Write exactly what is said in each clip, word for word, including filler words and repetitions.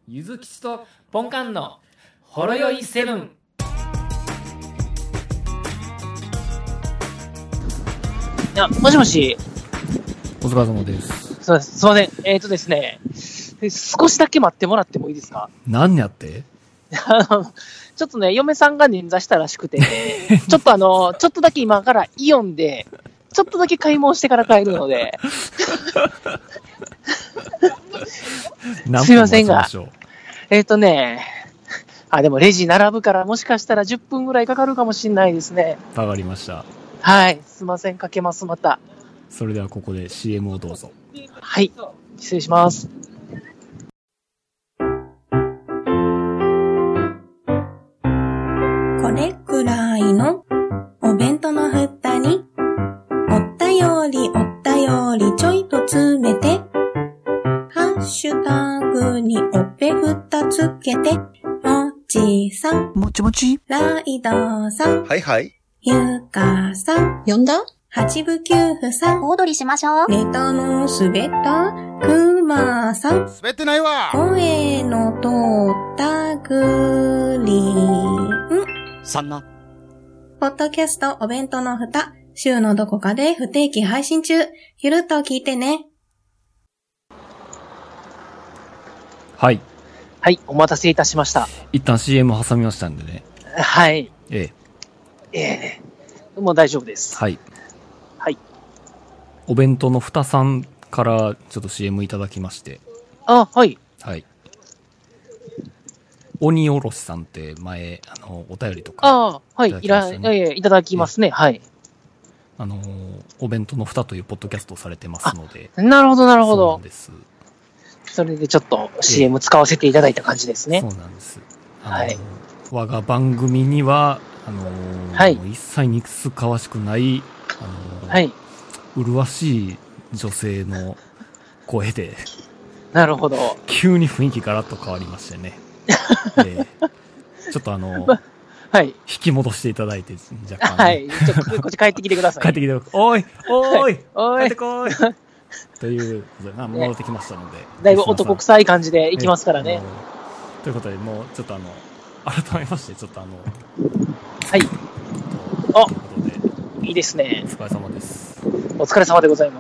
ゆずきちとポンカンのほろよいセブン。 あ、もしもし。 お疲れ様です。 そうです。すいません。えっとですね、少しだけ待ってもらってもいいですか？ 何やってあの、ちょっとね、嫁さんが捻挫したらしくて、ね、ちょっとあの、ちょっとだけ今からイオンで、ちょっとだけ買い物してから帰るので、すいませんが、えっとね、あ、でもレジ並ぶからもしかしたらじゅっぷんぐらいかかるかもしれないですね。 わかりました。 はい、すいません、かけます、また。 それではここで シーエム をどうぞ。 はい、失礼します。 これくらいのお弁当の蓋におったよりおったよりちょいと詰めてハッシュタグにおっぺふたつけてもちさんもちもちライドさんはいはいゆかさん呼んだ八部九夫さん小躍りしましょう。 ネタの滑ったくまさん滑ってないわ声の通ったグリーンさんなポッドキャストお弁当の蓋、週のどこかで不定期配信中。ゆるっと聞いてね。 はい。 はい、お待たせいたしました。 一旦 シーエム 挟みましたんでね。 はい。 ええ。ええ。もう大丈夫です。 はい。 はい。 お弁当の蓋さんからちょっと シーエム いただきまして。 あ、はい。 はい。鬼おろしさんって前、あの、お便りとか。 ああ、はい、いら、ええ、いただきますね。はい。 あの、お弁当の蓋というポッドキャストをされてますので。 なるほど、なるほど。 そうなんです。 それでちょっと シーエム 使わせていただいた感じですね。 そうなんです。あの、 はい。 我が番組には、あのー、 はい、 もう一切につかわしくない、あのー、 はい。 麗しい女性の声で。 なるほど。 急に雰囲気ガラッと変わりましてね。えー、ちょっとあの、 ま、はい。 引き戻していただいて、若干、ね。 はい。ちょっとこっち帰ってきてください、 帰ってきて、おいおい、はい、 おい帰ってこいということで、戻ってきましたので。ね、 だいぶ男臭い感じでいきますからね。 ということで、もうちょっとあの、改めまして、ちょっとあの、 はい。あ、 ということで、 いいですね。 お疲れ様です。 お疲れ様でございます。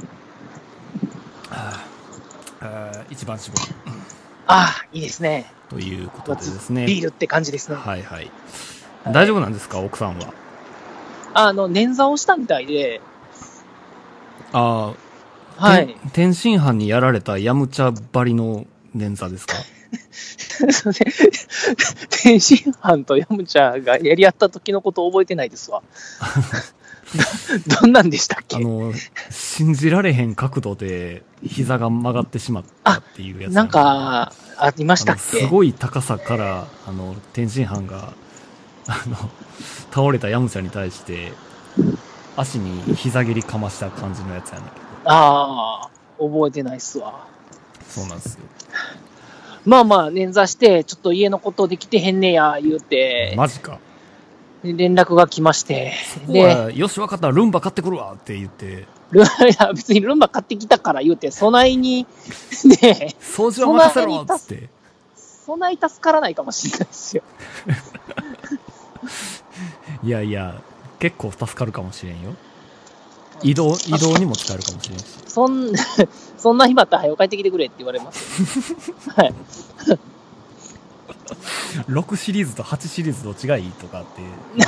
はあ、あ一番搾り。 ああ、いいですね。 ということでですね。 ビールって感じですね。 はいはい。大丈夫なんですか、奥さんは。 あの、捻挫をしたみたいで。 ああ、 はい。 天津飯にやられたヤムチャばりの捻挫ですか？ すいません。天津飯とヤムチャがやり合った時のことを覚えてないですわ。ど、どんなんでしたっけ？ あの、信じられへん角度で膝が曲がってしまったっていうやつ。 なんか、ありましたっけ？ すごい高さから、あの、天津飯が、あの、倒れたヤムチャに対して、足に膝蹴りかました感じのやつやねんけど。 ああ、覚えてないっすわ。 そうなんですよ。 まあまあ、捻挫して、ちょっと家のことできてへんねや、言うて。 マジか。 連絡が来まして。 そこは、よし、わかった、ルンバ買ってくるわって言って。 ルンバ、別にルンバ買ってきたから言うて、備えに、ね掃除は任せろっつって。 備え助からないかもしれないですよ。 いやいや、結構助かるかもしれんよ。移動、移動にも使えるかもしれんし。 そん、そんな暇あったら早く帰ってきてくれって言われます。はい。 ろくシリーズとはちシリーズどっちがいいとかって。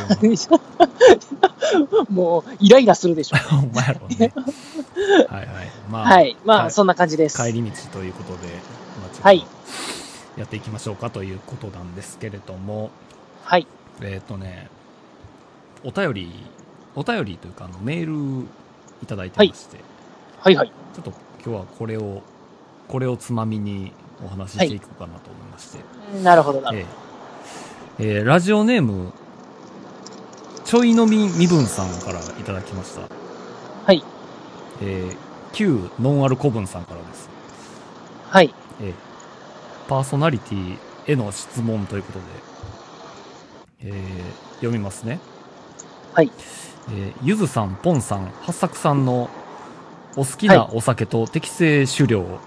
もう、イライラするでしょ。 ほんまやろうね。はいはい。まあ、 はい。まあ、そんな感じです。 帰り道ということで、まあ、ちょっと、はい。やっていきましょうかということなんですけれども。 はい。 えっとね、お便り、お便りというか、あの、メールいただいてまして。 はい、はい、はい。 ちょっと今日はこれを、これをつまみにお話ししていこうかなと思いまして。 はい、なるほど、なるほど。 えーえー、ラジオネーム、ちょいのみ身分さんからいただきました。 はい。 えー、旧ノンアル古文さんからです。 はい。 えー、パーソナリティへの質問ということで、えー、読みますね。 はい。 えー、ゆずさん、ぽんさん、はっさくさんのお好きなお酒と適正酒量、はい、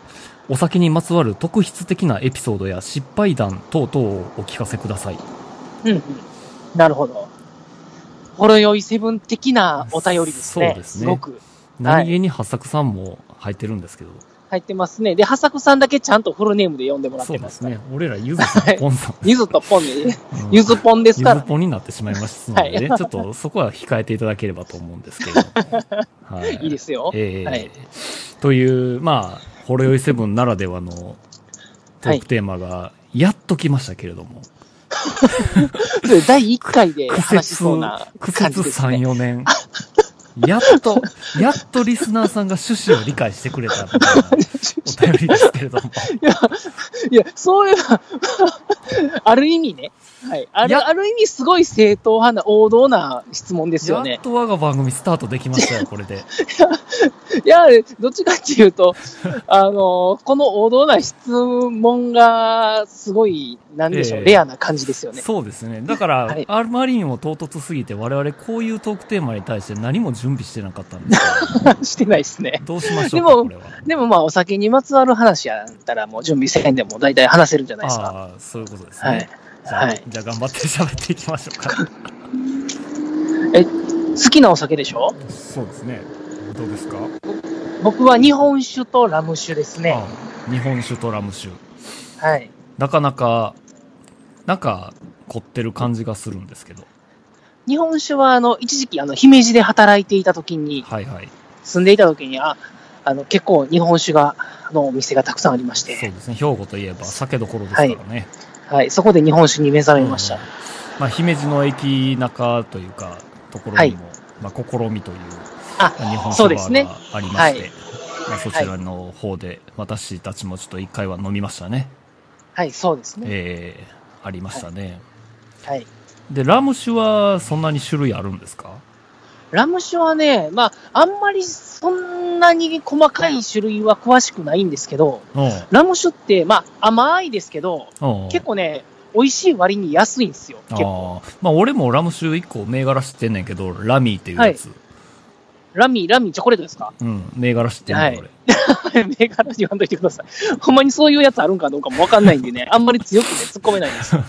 お酒にまつわる特筆的なエピソードや失敗談等々をお聞かせください。 うん、うん。なるほど。ほろ酔いセブン的なお便りですね。 そうですね。 すごく。 何気に八作さんも入ってるんですけど。 入ってますね。で、八作さんだけちゃんとフルネームで呼んでもらってます。 そうですね。俺らゆずさん、ポンさん。 ゆずとポンで、ゆずポンですから。 ゆずポンになってしまいますのでね、はい、ちょっとそこは控えていただければと思うんですけど。 はい。いいですよ。 えーはい、 という、まあ、ほろ酔いセブンならではのトークテーマが、やっと来ましたけれども。 それだいいっかいで話しそうな感じですね。苦節さん、 よねん。やっと、やっとリスナーさんが趣旨を理解してくれたみたいなお便りですけれども。 いや、いや、そういう、ある意味ね。はい。ある、ある意味すごい正統派な王道な質問ですよね。 やっと我が番組スタートできましたよ、これで。 いや、いや、どっちかっていうと、あの、この王道な質問がすごい、なんでしょう、えー、レアな感じですよね。 そうですね。だから、はい、あまりにも唐突すぎて、我々こういうトークテーマに対して何も準備してなかったんですけど、 してないですね。 どうしましょうか、 でも、 これは。 でもまあ、お酒にまつわる話やったら、もう準備せんでも大体話せるんじゃないですか。 ああ、そういうことですね。 はいじゃあ、はい、じゃあ頑張って喋っていきましょうか。 え、好きなお酒でしょ？ そうですね。どうですか？ 僕は日本酒とラム酒ですね。ああ、日本酒とラム酒。 はい。 なかなか、なんか、凝ってる感じがするんですけど。 日本酒は、あの、一時期、あの、姫路で働いていた時に、 はいはい。 住んでいた時に、あ、あの、結構日本酒が、のお店がたくさんありまして。 そうですね。兵庫といえば酒どころですからね。 はいはい、そこで日本酒に目覚めました。うん、 まあ、姫路の駅中というか、ところにも、はい、まあ、試みという、あ日本酒バーがありまして、ねはいまあ、そちらの方で、私たちもちょっと一回は飲みましたね。 はい、そうですね。 ええー、ありましたね。 はい。 で、ラム酒はそんなに種類あるんですか？ ラム酒はね、まあ、あんまりそんなに細かい種類は詳しくないんですけど、ラム酒って、まあ、甘いですけど、結構ね、美味しい割に安いんですよ。結構。 あまあ、俺もラム酒いっこ銘柄知ってんねんけど、ラミーっていうやつ。はい、 ラミー、ラミーチョコレートですか？ うん、銘柄知ってんねん、はい、 俺。銘柄言わんといてください。ほんまにそういうやつあるんかどうかもわかんないんでね、あんまり強くね、突っ込めないんですよ。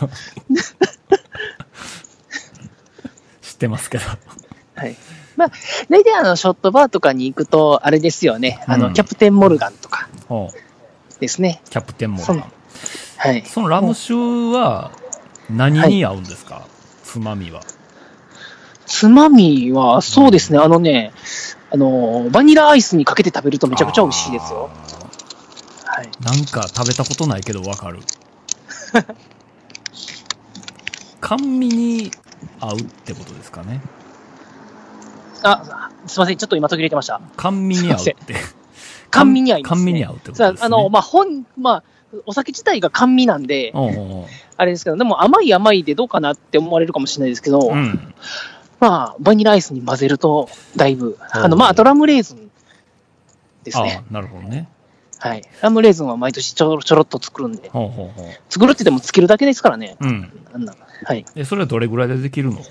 知ってますけど。 はい。まあ、大体あの、ショットバーとかに行くと、あれですよね。あの、うん、キャプテンモルガンとか。ですね。 キャプテンモルガン。 はい。 そのラム酒は、何に合うんですか？はい、つまみは。 つまみは、そうですね。うん、あのね、あの、バニラアイスにかけて食べるとめちゃくちゃ美味しいですよ。はい。 なんか食べたことないけどわかる。甘味に合うってことですかね。 あ、すいません。ちょっと今途切れてました。 甘味に合うって。 甘味に合います、ね。 甘味に合うってことですね。 あの、まあ、本、まあ、お酒自体が甘味なんで、 おうおうあれですけど、でも甘い甘いでどうかなって思われるかもしれないですけど、うん、まあ、バニラアイスに混ぜると、だいぶ、あの、まあ、あとラムレーズンですね。 ああ、なるほどね。 はい。ラムレーズンは毎年ちょろちょろっと作るんで、 ほうほうほう作るって言ってもつけるだけですからね。 うん。 あんなはい。 え、それはどれぐらいでできるの？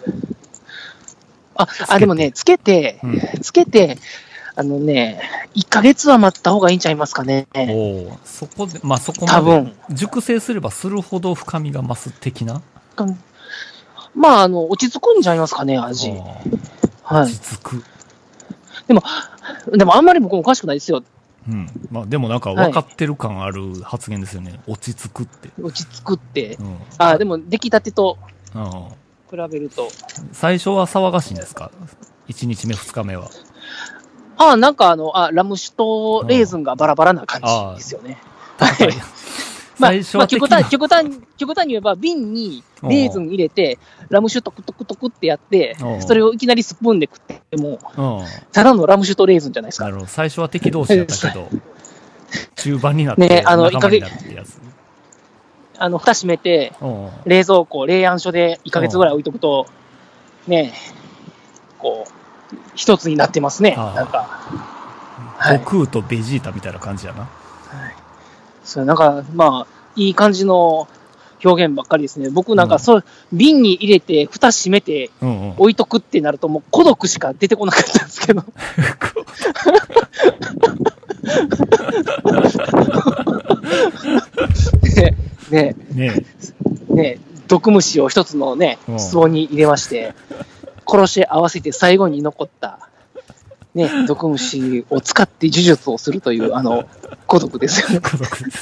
あ、あ、でもね、つけて、うん、つけて、あのね、いっかげつは待った方がいいんちゃいますかね。 おそこで、まあそこまで、熟成すればするほど深みが増す的な？ うん、まあ、あの、落ち着くんちゃいますかね、味。はい。 落ち着く。 でも、でもあんまり僕も詳しくないですよ。 うん。まあでもなんか分かってる感ある発言ですよね。はい、落ち着くって。 落ち着くって。うん、あ、でも出来たてと比べると。 最初は騒がしいんですか？いちにちめ、ふつかめは。 ああ、なんかあの、あ、ラム酒とレーズンがバラバラな感じですよね。はい。最初は極端、極端、極端に言えば、瓶にレーズン入れて、ラム酒トクトクトクってやって、それをいきなりスプーンで食っても、ただのラム酒とレーズンじゃないですか。 なるほど。最初は敵同士だったけど、中盤になって、ね、あの、仲間になるってやつ。 あの、蓋閉めて、冷蔵庫、冷暗所でいっかげつぐらい置いとくと、ね、こう、一つになってますね。なんか。 悟空とベジータみたいな感じやな。はい。 そう、なんか、まあ、いい感じの表現ばっかりですね。僕なんか、そう、うん、瓶に入れて、蓋閉めて、置いとくってなると、もう孤独しか出てこなかったんですけど。 ねねね毒虫を一つのね、壺に入れまして、殺し合わせて最後に残った、ね、毒虫を使って呪術をするという、あの、孤独ですよね。孤独です。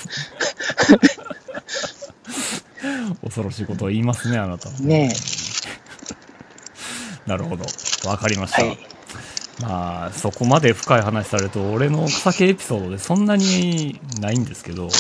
恐ろしいことを言いますね、あなた。 ねえ。なるほど。わかりました。はい、まあ、そこまで深い話されると、俺の酒エピソードでそんなにないんですけど、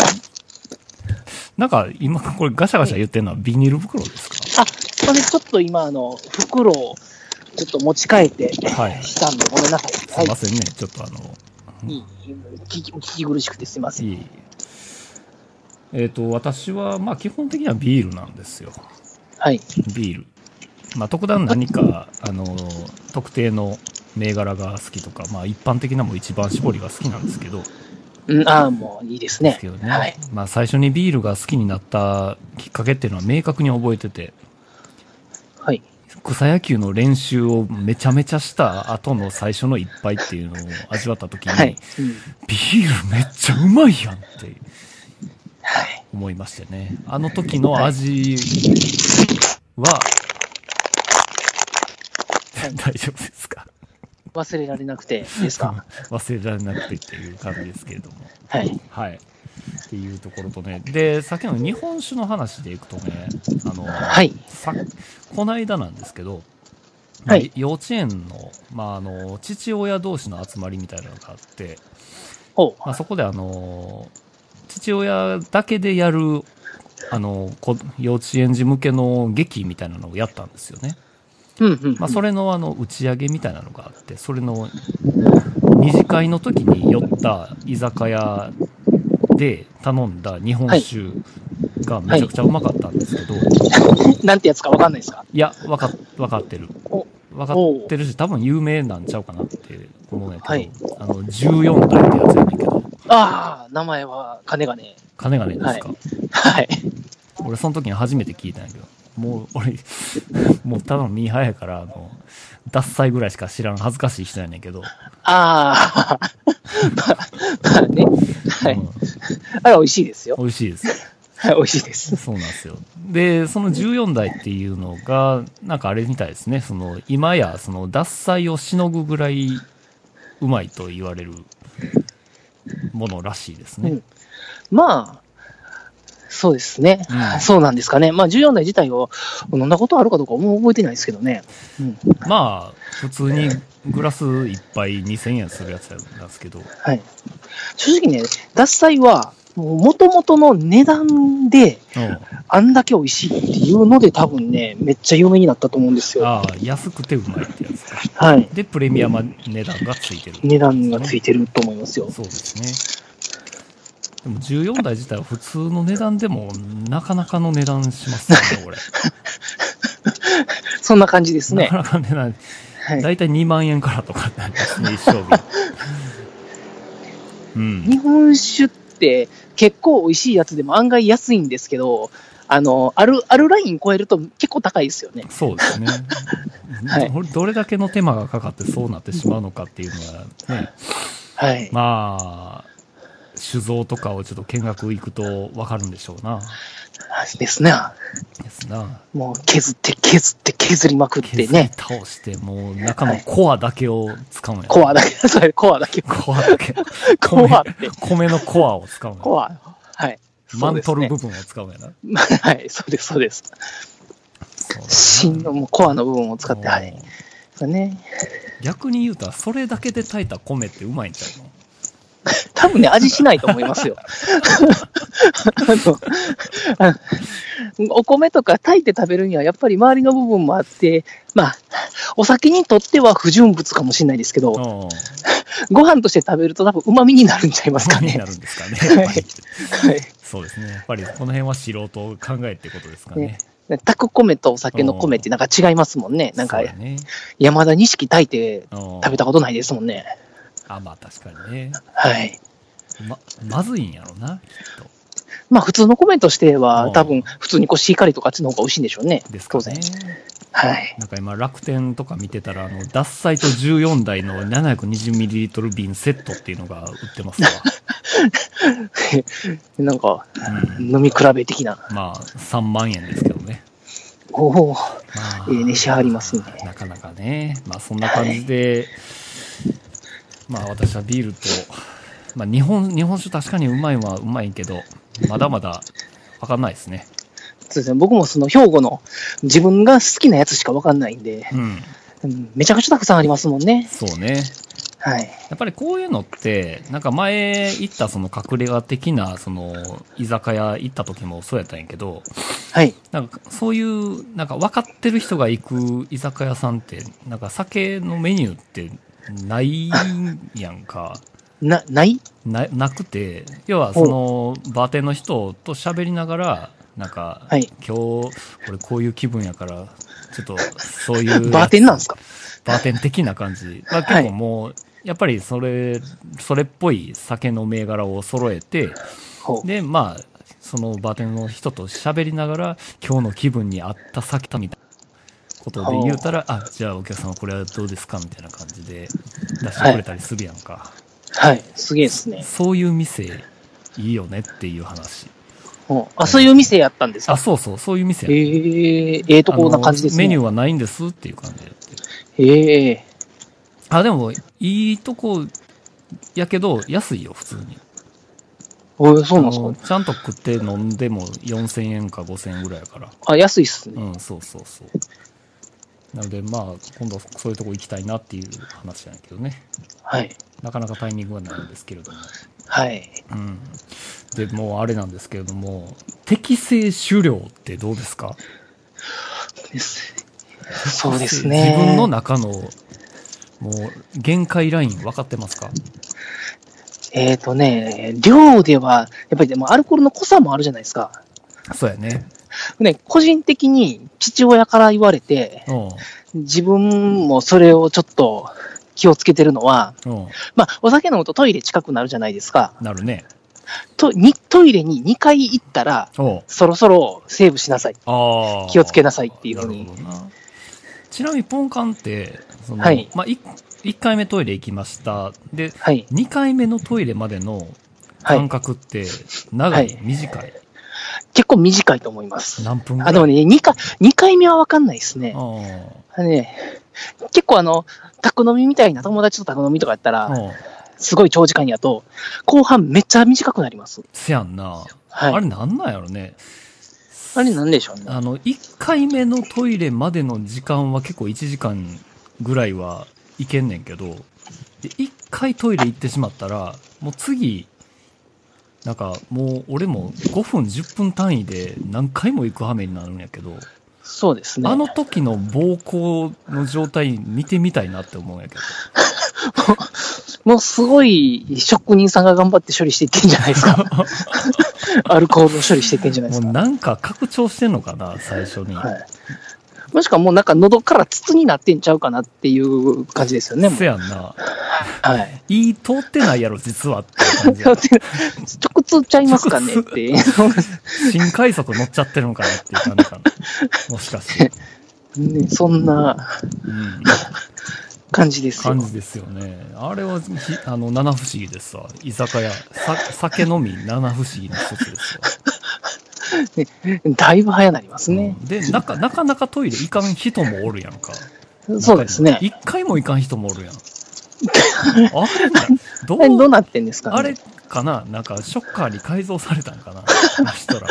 なんか今これガシャガシャ言ってるのはビニール袋ですか？ あ、それちょっと今あの袋をちょっと持ち替えてしたんで、はい、ごめんなさい。 すいませんね、ちょっとあの、 いい、聞き、聞き苦しくてすいません。いい。 えっと、私はまあ基本的にはビールなんですよ。 はい。 ビール。まあ特段何かあの特定の銘柄が好きとか、まあ一般的なも一番搾りが好きなんですけど。 うん、ああ、もういいですね。ですけどね。はい。 まあ最初にビールが好きになったきっかけっていうのは明確に覚えてて。 はい。 草野球の練習をめちゃめちゃした後の最初の一杯っていうのを味わった時に、はい、うん、ビールめっちゃうまいやんって思いましてね。あの時の味は、はい、大丈夫ですか？ 忘れられなくてですか？ 忘れられなくてっていう感じですけれども。 はい。 はい。っていうところとね。で、さっきの日本酒の話でいくとね、あの、 はい。 さ、この間なんですけど、はい。幼稚園の、まあ、あの、父親同士の集まりみたいなのがあって、 おまあ、そこであの、父親だけでやる、あの、幼稚園児向けの劇みたいなのをやったんですよね。 うんうんうん、 まあ、それのあの打ち上げみたいなのがあって、それの二次会の時に寄った居酒屋で頼んだ日本酒がめちゃくちゃうまかったんですけど、 はい、なんてやつか分かんないですか？ いや、分か、分かってる。分かってるし、多分有名なんちゃうかなって思うんやけど、はい、あのじゅうよんだいってやつやねんけど。 ああ、名前は金がね。 金がねですか？ はい。はい、 俺その時に初めて聞いたんやけど。もう俺もうただのミーハーやからあのダッサいぐらいしか知らん恥ずかしい人やねんけど、 ああまあまあね、はい、うん、あれ美味しいですよ。 美味しいですはい、美味しいです。 そうなんですよ。でそのじゅうよんだいっていうのがなんかあれみたいですね。その今やその獺祭をしのぐぐらいうまいと言われるものらしいですね。うん、 まあそうですね、うん、そうなんですかね。まあじゅうよんだい自体を飲んだことあるかどうかもう覚えてないですけどね。うん、 まあ普通にグラスいっぱいにせんえんするやつなんですけど、 はい、正直ね獺祭はもともとの値段であんだけ美味しいっていうので多分ねめっちゃ有名になったと思うんですよ。 ああ、安くてうまいってやつか。 はい。 でプレミアム値段がついてる、 値段がついてると思いますよ。 そうですね。でもじゅうよんだい自体は普通の値段でもなかなかの値段しますよね、これ。 そんな感じですね。 なかなか値段、はい、だいたいにまんえんからとかなんですね、一升瓶。うん、 日本酒って結構美味しいやつでも案外安いんですけど、あの、ある、あるライン超えると結構高いですよね。 そうですね。はい、どれだけの手間がかかってそうなってしまうのかっていうのはね。 はい。 まあ、酒造とかをちょっと見学行くと分かるんでしょうな。 ですね。 ですな。 もう削って削って削りまくってね。 倒してもう中のコアだけを使うんや、 はい、コアだけ、それコアだけ。 コアだけ。 コアって。 米のコアを使うんや。 コア。はい。 マントル部分を使うんやな。 はい、そうです、そうです。芯のもうコアの部分を使って、はい。そうね。 逆に言うと、それだけで炊いた米ってうまいんちゃうの？ 多分ね、味しないと思いますよ。あのあのお米とか炊いて食べるには、やっぱり周りの部分もあって、まあ、お酒にとっては不純物かもしれないですけど、ご飯として食べると多分旨味になるんちゃいますかね。 旨味になるんですかね。 やっぱりはい、 そうですね。やっぱりこの辺は素人考えってことですかね。 ね、炊く米とお酒の米ってなんか違いますもんね。なんか、ね、山田錦炊いて食べたことないですもんね。 あ、まあ確かにね。 はい。 ま、まずいんやろな、きっと。 まあ普通の米としては、多分普通にコシヒカリとかあっちの方が美味しいんでしょうね。 ですかね。 当然。 はい。 なんか今、楽天とか見てたら、あの、獺祭とじゅうよんだいの ななひゃくにじゅうミリリットル 瓶セットっていうのが売ってますわ。 なんか、うん、飲み比べ的な。 まあ、さんまんえんですけどね。 おお、まあ、ええね、しはりますね。 なかなかね。まあ、そんな感じで、はい、まあ、私はビールと、まあ、日本、日本酒確かにうまいはうまいけど、まだまだわかんないですね。 そうですね。僕もその兵庫の自分が好きなやつしかわかんないんで、うんうん、めちゃくちゃたくさんありますもんね。 そうね。 はい。 やっぱりこういうのって、なんか前行ったその隠れ家的なその居酒屋行った時もそうやったんやけど、 はい。 なんかそういうなんか分かってる人が行く居酒屋さんってなんか酒のメニューってないやんか。 な、ないな、なくて、要はそのバーテンの人と喋りながら、なんか、はい、今日俺こういう気分やからちょっとそういうバーテンなんですか？ バーテン的な感じ。まあ、結構もう、はい、やっぱりそれそれっぽい酒の銘柄を揃えて、でまあそのバーテンの人と喋りながら今日の気分に合った酒みたいなことで言うたら、あ、じゃあお客さんこれはどうですかみたいな感じで出してくれたりするやんか。 はい、はい、すげえですね。 そういう店いいよねっていう話。 あ、そういう店やったんですか？ あ、そうそう、そういう店やった。 えー、ええとこな感じですね。 メニューはないんですっていう感じでやってる。 ええー。 あ、でも、いいとこやけど、安いよ、普通に。 おそうなんですか？ ちゃんと食って飲んでもよんせんえんかごせんえんぐらいやから。 あ、安いっすね。 うん、そうそうそう。なので、まあ、今度そういうとこ行きたいなっていう話なんやけどね。 はい。 なかなかタイミングはないんですけれども。 はい。 うん。で、もうあれなんですけれども、適正酒量ってどうですか？ そうですね。 自分の中の、もう、限界ライン分かってますか？ えっとね、量では、やっぱりでもアルコールの濃さもあるじゃないですか。 そうやね。 ね、個人的に父親から言われて、自分もそれをちょっと気をつけてるのは、まあ、お酒飲むとトイレ近くなるじゃないですか。 なるね。 とにトイレににかい行ったら、そろそろセーブしなさい。 あ気をつけなさいっていうふうに。 なるほどな。ちなみにポンカンって、その、はい、まあ、いっかいめトイレ行きました。で、はい、にかいめのトイレまでの間隔って、長い、はい、短い？ 結構短いと思います。 何分ぐらい？ あ、でもね、2回、にかいめは分かんないですね。あね、結構あの、宅飲みみたいな友達と宅飲みとかやったら、すごい長時間やと、後半めっちゃ短くなります。 せやんな。はい、あれなんなんやろね。 あれなんでしょうね。 あの、いっかいめのトイレまでの時間は結構いちじかんぐらいはいけんねんけど、でいっかいトイレ行ってしまったら、もう次、なんかもう俺もごふんじゅっぷん単位で何回も行く羽目になるんやけど、 そうですね。 あの時の膀胱の状態見てみたいなって思うんやけど。 もうすごい職人さんが頑張って処理していってんじゃないですか。アルコールを処理していってんじゃないですか。 もうなんか拡張してんのかな、最初に。はい。 もしくはもうなんか喉から筒になってんちゃうかなっていう感じですよね。 せやんな。 はい。 いい通ってないやろ、実はって感じ。 直通ちゃいますかねって。 新快速乗っちゃってるのかなっていう感じかな。もしかして。 ね、そんな、うん、感じですよ。 感じですよね。あれは、あの、七不思議ですわ。居酒屋、さ酒飲み七不思議の一つですわ。 ね、だいぶ早なりますね。 うん、でなか、なかなかトイレ行かん人もおるやんか。 そうですね。 一回も行かん人もおるやん。あれどう、どうなってんですかね。 あれかな、なんかショッカーに改造されたんかな。人ら。 だから、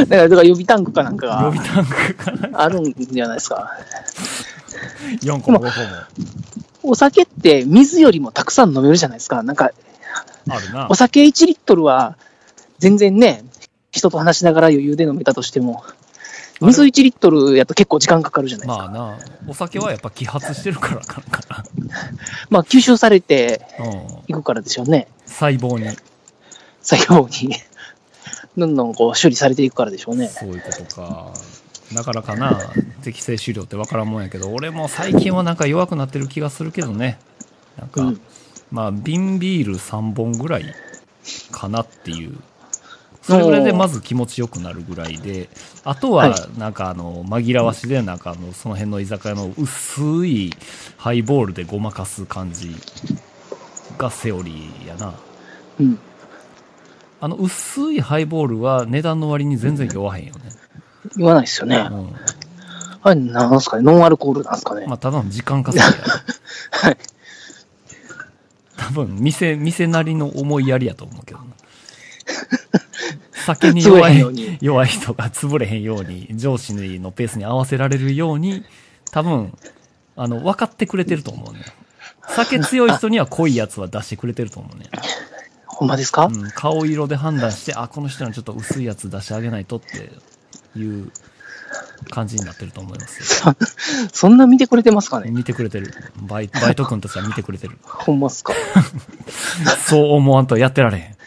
だから予備タンクかなんかが。 予備タンクかな。 あるんじゃないですか。 よんこもごこも。 お酒って水よりもたくさん飲めるじゃないですか。なんか、 あるな。 お酒いちリットルは全然ね、人と話しながら余裕で飲めたとしても、水いちリットルやと結構時間かかるじゃないですか。 まあな、お酒はやっぱ揮発してるからかな。 まあ吸収されていくからでしょうね。 細胞に。 細胞に。どんどんこう処理されていくからでしょうね。 そういうことか。だからかな、適正酒量って分からんもんやけど、俺も最近はなんか弱くなってる気がするけどね。なんか、うん、まあ瓶ビールさんぼんぐらいかなっていうそれぐらいでまず気持ちよくなるぐらいで、あとは、なんかあの、紛らわしで、なんかあの、その辺の居酒屋の薄いハイボールでごまかす感じがセオリーやな。 うん。 あの、薄いハイボールは値段の割に全然酔わへんよね。 言わないですよね。うん。あれ、なんすかね、ノンアルコールなんすかね。 まあ、ただの時間稼ぎや。はい。多分、店、店なりの思いやりやと思うけどな。酒に弱い、弱い人が潰れへんように、上司のペースに合わせられるように、多分、あの、分かってくれてると思うね。酒強い人には濃いやつは出してくれてると思うね。 ほんまですか？ うん、顔色で判断して、あ、この人にはちょっと薄いやつ出してあげないとっていう感じになってると思いますよ。 そんな見てくれてますかね？ 見てくれてる。バイ、バイト君たちは見てくれてる。 ほんまっすか？ そう思わんとやってられへん。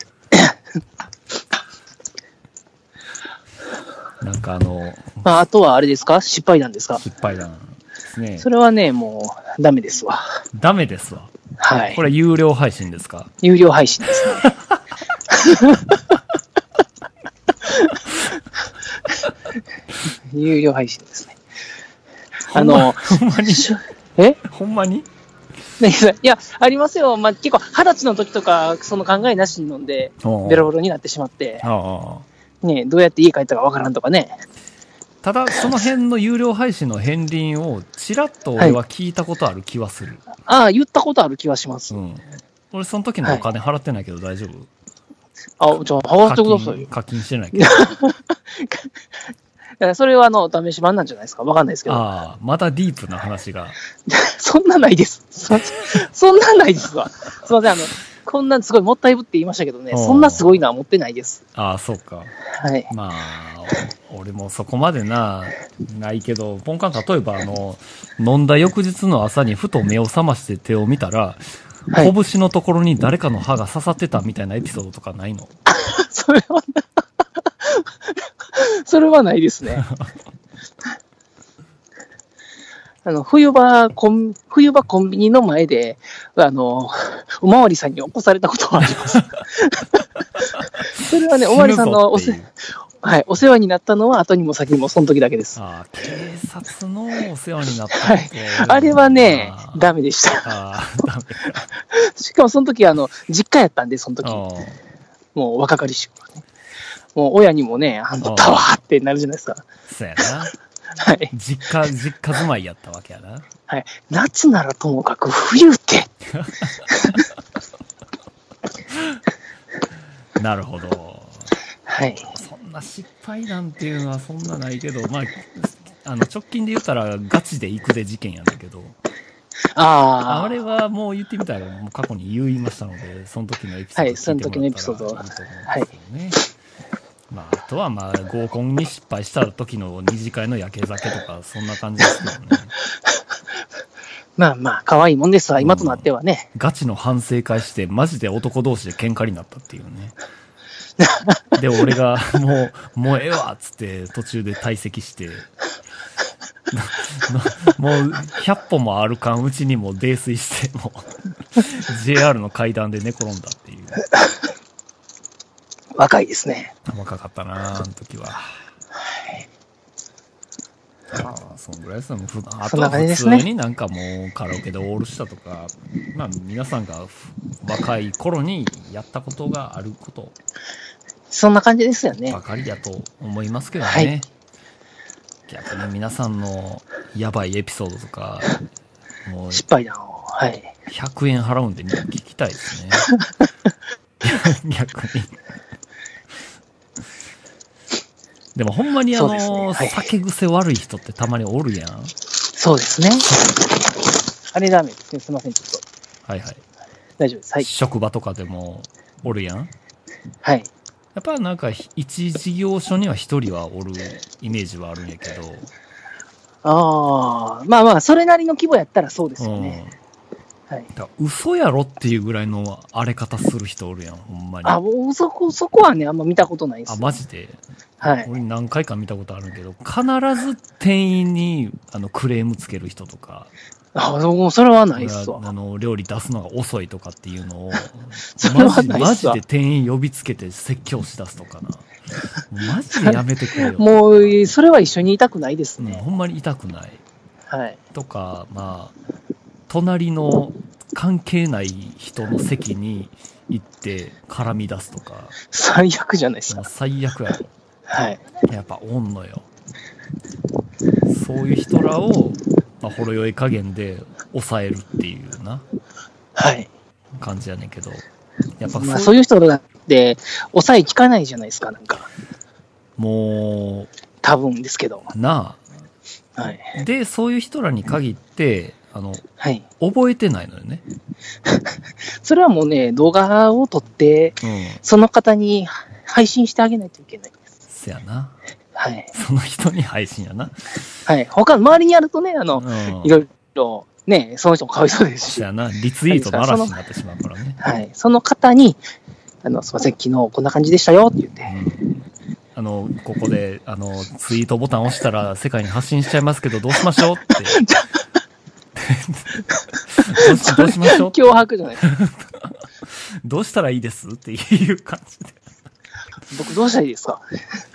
なんかあの、 まあ、あとはあれですか？失敗談ですか？ 失敗談ですね。 それはね、もう、ダメですわ。 ダメですわ。 はい。 これ有料配信ですか？ 有料配信ですね。有料配信ですね。あの、 ほんまにえほんまにいや、ありますよ。まあ、結構、二十歳の時とか、その考えなしに飲んで、ベロベロになってしまって、ね、どうやって家帰ったかわからんとかね。 ただ、その辺の有料配信の片鱗を、ちらっと俺は聞いたことある気はする。 はい、ああ、言ったことある気はします。うん。 俺、その時のお金払ってないけど大丈夫？ はい、あ、じゃあ、払ってくださいよ。 課金してないけど。 それはあの、試し版なんじゃないですか？わかんないですけど。 ああ、またディープな話が。 そんなないです。そんなないですわ。すいません、あの、こんなすごいもったいぶって言いましたけどね、そんなすごいのは持ってないです。 ああ、そうか。 はい。 まあ、俺もそこまでな、ないけど、ポンカン、例えばあの、飲んだ翌日の朝にふと目を覚まして手を見たら、はい、拳のところに誰かの歯が刺さってたみたいなエピソードとかないの？ それはな、それはないですね。あの、冬場コン、冬場コンビニの前で、あの、おまわりさんに起こされたことはあります。それはね、おまわりさんのおせ、はい、お世話になったのは後にも先にもその時だけです。 ああ、警察のお世話になったはい。あれはね、ダメでした。ああ、ダメか。しかもその時、あの、実家やったんで、その時。もう若かりしくね。もう親にもね、あの、タワーってなるじゃないですか。 そうやな。 はい。 実家、実家住まいやったわけやな。 はい。夏ならともかく冬って。 なるほど。 はい。 そんな失敗なんていうのはそんなないけど、まあ、あの、直近で言ったらガチで行くで事件やんだけど。 ああ。 あれはもう言ってみたら、もう過去に言いましたので、その時のエピソード、ね。はい、 その時のエピソード。はい。 まあ、あとはまあ合コンに失敗した時の二次会の焼け酒とかそんな感じですけどね。 まあまあ可愛いもんですわ、今となってはね、 うん、ガチの反省会してマジで男同士で喧嘩になったっていうね。で俺がもうもうええわっつって途中で退席してもうひゃっぽもあるかんうちにも泥酔してもう ジェイアール の階段で寝転んだっていう。 若いですね。 若かったな、あの時は。はい。ああ、そんぐらいですね。あとは普通になんかもうカラオケでオールしたとか、まあ皆さんが若い頃にやったことがあること。 そんな感じですよね。 ばかりだと思いますけどね。 はい、 逆に皆さんのやばいエピソードとか、 もう失敗談を、はい。 ひゃくえん払うんで聞きたいですね。逆に。でもほんまにあの、ねはい、酒癖悪い人ってたまにおるやん。 そうですね。あれダメですね。すいません、ちょっと。 はいはい。 大丈夫です。はい。 職場とかでもおるやん。 はい。 やっぱなんか一事業所には一人はおるイメージはあるんやけど。 ああ、まあまあ、それなりの規模やったらそうですよね。うん、はい。 だ嘘やろっていうぐらいの荒れ方する人おるやん、ほんまに。 あ、もうそこ、そこはね、あんま見たことないです。 あ、マジで？ はい。 俺何回か見たことあるけど、必ず店員にあのクレームつける人とか。 あ、もうそれはないっすわ。 あの、料理出すのが遅いとかっていうのを、 それはないっマすわ。 ジで店員呼びつけて説教しだすとかな。マジでやめてくれよ。 もう、それは一緒にいたくないですね。 うん、ほんまに痛くない。 はい。 とか、まあ、隣の関係ない人の席に行って絡み出すとか。 最悪じゃないですか。 最悪やろ。 はい。 やっぱおんのよ。そういう人らを、まあ、ほろ酔い加減で抑えるっていうな。 はい。 感じやねんけど。やっぱそう、 まあ、そういう人だって抑え効かないじゃないですか、なんか。 もう。 多分ですけど。 なあ。はい。 で、そういう人らに限って、あの、 はい。 覚えてないのよね。 それはもうね、動画を撮って、うん、その方に配信してあげないといけないです。 せやな。 はい。 その人に配信やな。 はい。他の周りにやるとね、あの、うん、いろいろ、ね、その人もかわいそうですし。 せやな。リツイートの嵐になってしまうからね。 はい。その方に、あの、すいません、昨日こんな感じでしたよって言って。うん、 あの、ここで、あの、ツイートボタン押したら世界に発信しちゃいますけど、どうしましょうって。どうし、どうしましょう脅迫じゃないどうしたらいいですっていう感じで。 僕どうしたらいいですか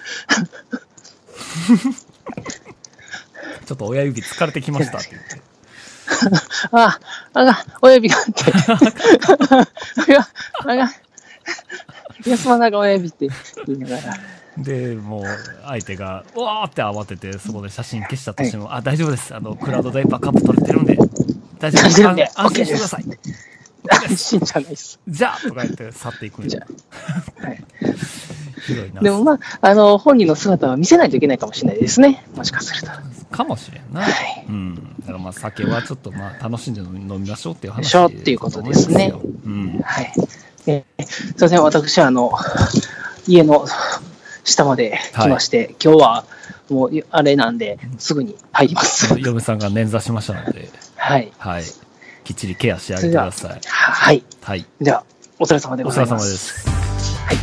ちょっと親指疲れてきましたって言って。 ああ、あが、親指がって。あが、あが、休まなが親指って言いながら。 で、もう、相手が、うわーって慌てて、そこで写真消したとしても、はい、あ、大丈夫です。あの、クラウドでバックアップ取れてるんで、大丈夫です。安心してください。 安心じゃないです。 じゃあとか言って去っていくんじゃ。はい。ひどいな。 でもまあ、あの、本人の姿は見せないといけないかもしれないですね。もしかすると。 かもしれんな。はい。うん。だからまあ、酒はちょっとまあ、楽しんで飲みましょうっていう話。 しょっていうことですね。うん。はい。えー、すいません、私はあの、家の下まで来まして、はい、今日はもう、あれなんで、すぐに入ります。 嫁さんが捻挫しましたので。 はい。 はい。きっちりケアしてあげてください。 はい。 はい。 では、お疲れ様でございます。 お疲れ様です。はい。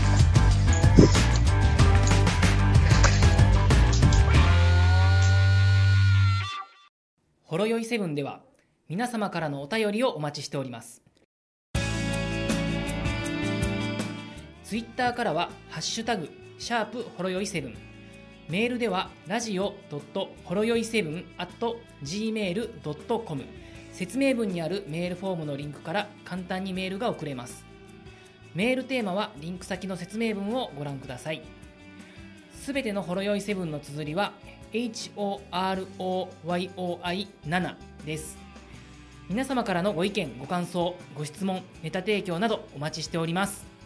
ほろよいセブンでは皆様からのお便りをお待ちしております。ツイッターからはハッシュタグシャープほろよいセブン、メールではラジオドットほろよいセブンアットジーメールドットコム、説明文にあるメールフォームのリンクから簡単にメールが送れます。メールテーマはリンク先の説明文をご覧ください。すべてのほろよいセブンの綴りは エイチオーアールオーワイオーアイセブン です。皆様からのご意見、ご感想、ご質問、ネタ提供などお待ちしております。